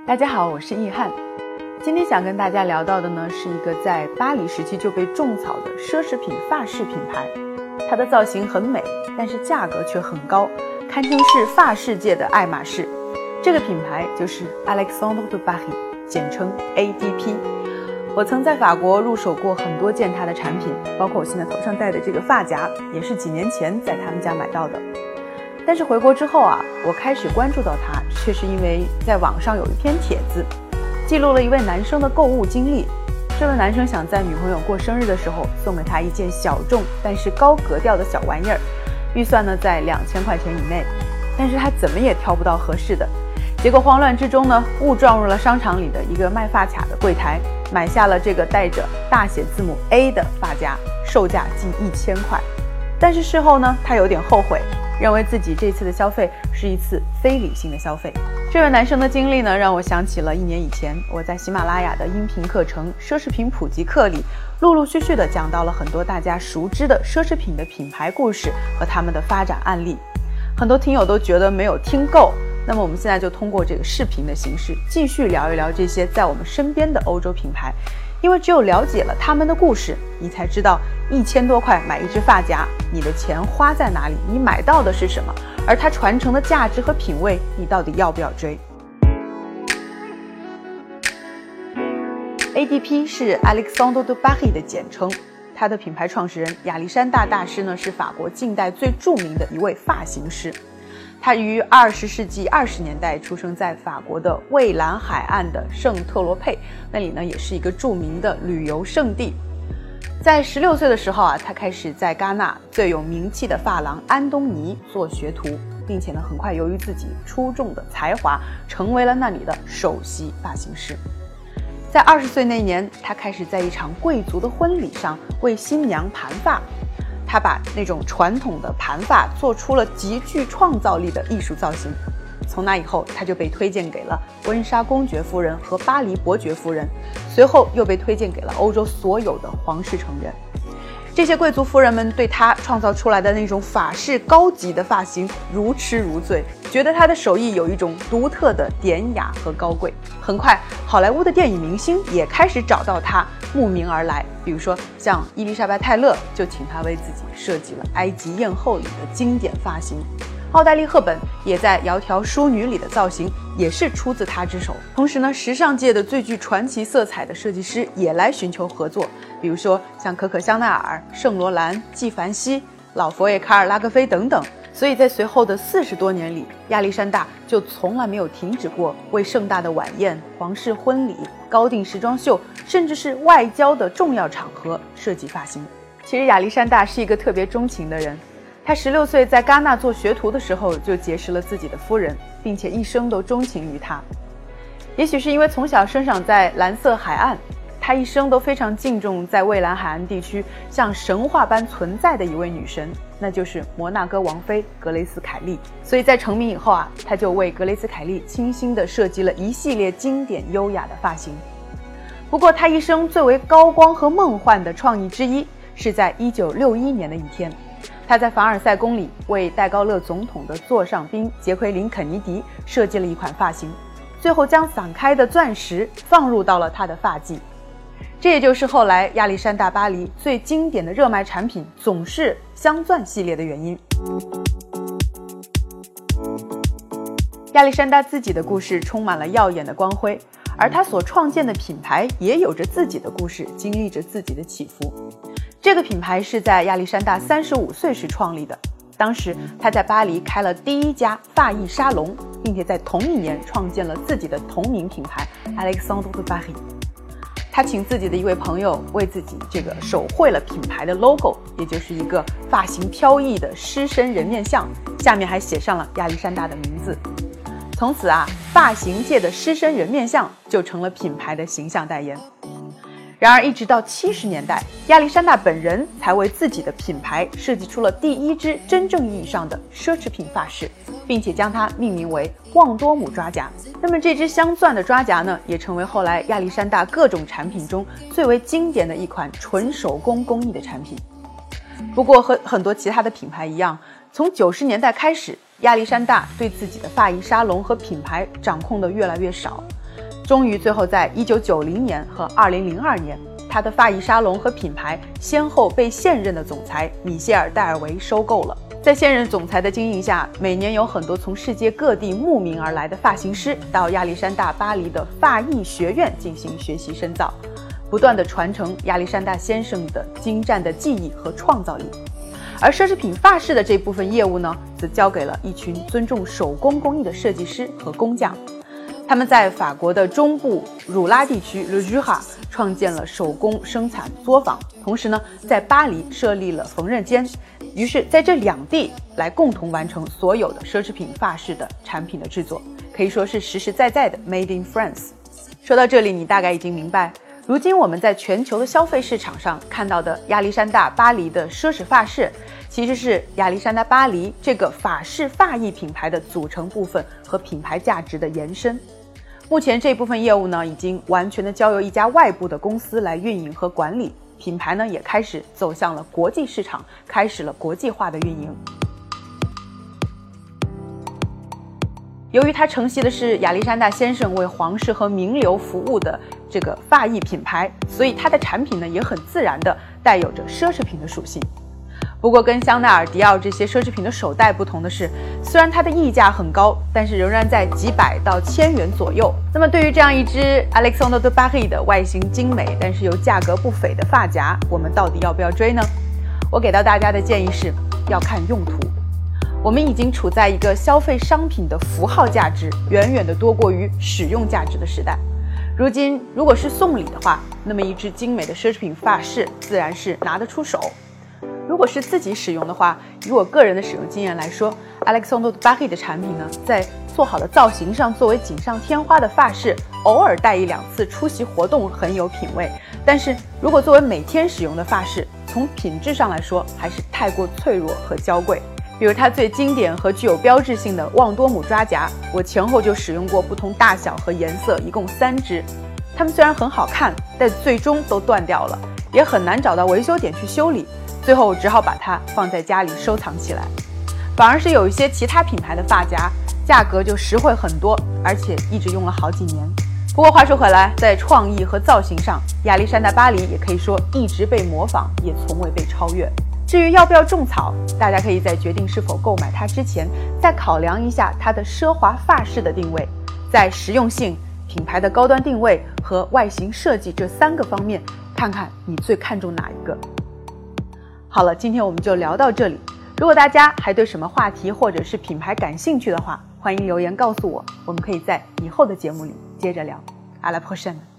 大家好，我是易翰。今天想跟大家聊到的呢，是一个在巴黎时期就被种草的奢侈品发饰品牌。它的造型很美，但是价格却很高，堪称是发饰界的爱马仕。这个品牌就是 Alexandre de Paris， 简称 ADP。我曾在法国入手过很多件它的产品，包括我现在头上戴的这个发夹，也是几年前在他们家买到的。但是回国之后我开始关注到它，却是因为在网上有一篇帖子，记录了一位男生的购物经历。这位男生想在女朋友过生日的时候送给她一件小众但是高格调的小玩意儿，预算呢在2000块钱以内，但是他怎么也挑不到合适的。结果慌乱之中呢，误撞入了商场里的一个卖发卡的柜台，买下了这个带着大写字母 A 的发夹，售价近1000块。但是事后呢，他有点后悔，认为自己这次的消费是一次非理性的消费。这位男生的经历呢，让我想起了1年以前我在喜马拉雅的音频课程奢侈品普及课里，陆陆续续的讲到了很多大家熟知的奢侈品的品牌故事和他们的发展案例。很多听友都觉得没有听够，那么我们现在就通过这个视频的形式继续聊一聊这些在我们身边的欧洲品牌。因为只有了解了他们的故事，你才知道1000多块买一只发夹，你的钱花在哪里，你买到的是什么，而它传承的价值和品味，你到底要不要追。 ADP 是 Alexandre de Paris 的简称，它的品牌创始人亚历山大大师呢，是法国近代最著名的一位发型师。他于20世纪20年代出生在法国的蔚蓝海岸的圣特罗佩，那里呢也是一个著名的旅游胜地。在16岁的时候他开始在戛纳最有名气的发廊安东尼做学徒，并且呢很快由于自己出众的才华，成为了那里的首席发型师。在20岁那年，他开始在一场贵族的婚礼上为新娘盘发。他把那种传统的盘发做出了极具创造力的艺术造型。从那以后，他就被推荐给了温莎公爵夫人和巴黎伯爵夫人，随后又被推荐给了欧洲所有的皇室成员。这些贵族夫人们对他创造出来的那种法式高级的发型如痴如醉，觉得他的手艺有一种独特的典雅和高贵。很快，好莱坞的电影明星也开始找到他，慕名而来。比如说像伊丽莎白泰勒就请他为自己设计了埃及艳后里的经典发型，奥黛丽赫本也在窈窕淑女里的造型也是出自他之手。同时呢，时尚界的最具传奇色彩的设计师也来寻求合作，比如说像可可香奈儿、圣罗兰、纪梵希、老佛爷卡尔拉格菲等等。所以在随后的40多年里，亚历山大就从来没有停止过为盛大的晚宴、皇室婚礼、高定时装秀，甚至是外交的重要场合设计发型。其实亚历山大是一个特别钟情的人，他16岁在戛纳做学徒的时候就结识了自己的夫人，并且一生都钟情于她。也许是因为从小生长在蓝色海岸，他一生都非常敬重在蔚蓝海岸地区像神话般存在的一位女神，那就是摩纳哥王妃格雷斯凯利。所以在成名以后他就为格雷斯凯利精心地设计了一系列经典优雅的发型。不过他一生最为高光和梦幻的创意之一，是在1961年的一天，他在凡尔赛宫里为戴高乐总统的座上宾杰奎琳·肯尼迪设计了一款发型，最后将散开的钻石放入到了他的发髻。这也就是后来亚历山大巴黎最经典的热卖产品总是镶钻系列的原因。亚历山大自己的故事充满了耀眼的光辉，而他所创建的品牌也有着自己的故事，经历着自己的起伏。这个品牌是在亚历山大35岁时创立的，当时他在巴黎开了第一家发艺沙龙，并且在同一年创建了自己的同名品牌 Alexandre de Paris。他请自己的一位朋友为自己这个手绘了品牌的 logo， 也就是一个发型飘逸的狮身人面像，下面还写上了亚历山大的名字。从此发型界的狮身人面像就成了品牌的形象代言。然而一直到70年代，亚历山大本人才为自己的品牌设计出了第一支真正意义上的奢侈品发饰，并且将它命名为旺多姆抓夹。那么这支镶钻的抓夹呢，也成为后来亚历山大各种产品中最为经典的一款纯手工工艺的产品。不过和很多其他的品牌一样，从90年代开始，亚历山大对自己的发艺沙龙和品牌掌控的越来越少。 终于最后在1990年和2002年，他的发艺沙龙和品牌先后被现任的总裁米歇尔·戴尔维收购了。在现任总裁的经营下，每年有很多从世界各地慕名而来的发型师到亚历山大巴黎的发艺学院进行学习深造，不断地传承亚历山大先生的精湛的技艺和创造力。而奢侈品发饰的这部分业务呢，则交给了一群尊重手工工艺的设计师和工匠。他们在法国的中部汝拉地区 Le Jura 创建了手工生产作坊，同时呢，在巴黎设立了缝纫间。于是在这两地来共同完成所有的奢侈品发饰的产品的制作，可以说是实实在在的 Made in France。 说到这里，你大概已经明白，如今我们在全球的消费市场上看到的亚历山大巴黎的奢侈发饰，其实是亚历山大巴黎这个法式发艺品牌的组成部分和品牌价值的延伸。目前这部分业务呢，已经完全的交由一家外部的公司来运营和管理，品牌呢也开始走向了国际市场，开始了国际化的运营。由于它承袭的是亚历山大先生为皇室和名流服务的这个发艺品牌，所以它的产品呢也很自然的带有着奢侈品的属性。不过跟香奈儿、迪奥这些奢侈品的手袋不同的是，虽然它的溢价很高，但是仍然在几百到1000元左右。那么对于这样一只 Alexandre de Paris 的外形精美但是又价格不菲的发夹，我们到底要不要追呢？我给到大家的建议是要看用途。我们已经处在一个消费商品的符号价值远远的多过于使用价值的时代。如今如果是送礼的话，那么一只精美的奢侈品发饰自然是拿得出手。如果是自己使用的话，以我个人的使用经验来说， Alexandre de Paris 的产品呢，在做好的造型上作为锦上添花的发饰，偶尔戴1-2次出席活动很有品味，但是如果作为每天使用的发饰，从品质上来说还是太过脆弱和娇贵。比如它最经典和具有标志性的旺多姆抓夹，我前后就使用过不同大小和颜色，一共3只。它们虽然很好看，但最终都断掉了，也很难找到维修点去修理，最后我只好把它放在家里收藏起来。反而是有一些其他品牌的发夹，价格就实惠很多，而且一直用了好几年。不过话说回来，在创意和造型上，亚历山大巴黎也可以说一直被模仿，也从未被超越。至于要不要种草，大家可以在决定是否购买它之前，再考量一下它的奢华发饰的定位，在实用性、品牌的高端定位和外形设计这3个方面，看看你最看重哪一个。好了，今天我们就聊到这里。如果大家还对什么话题或者是品牌感兴趣的话，欢迎留言告诉我，我们可以在以后的节目里接着聊。À la prochaine。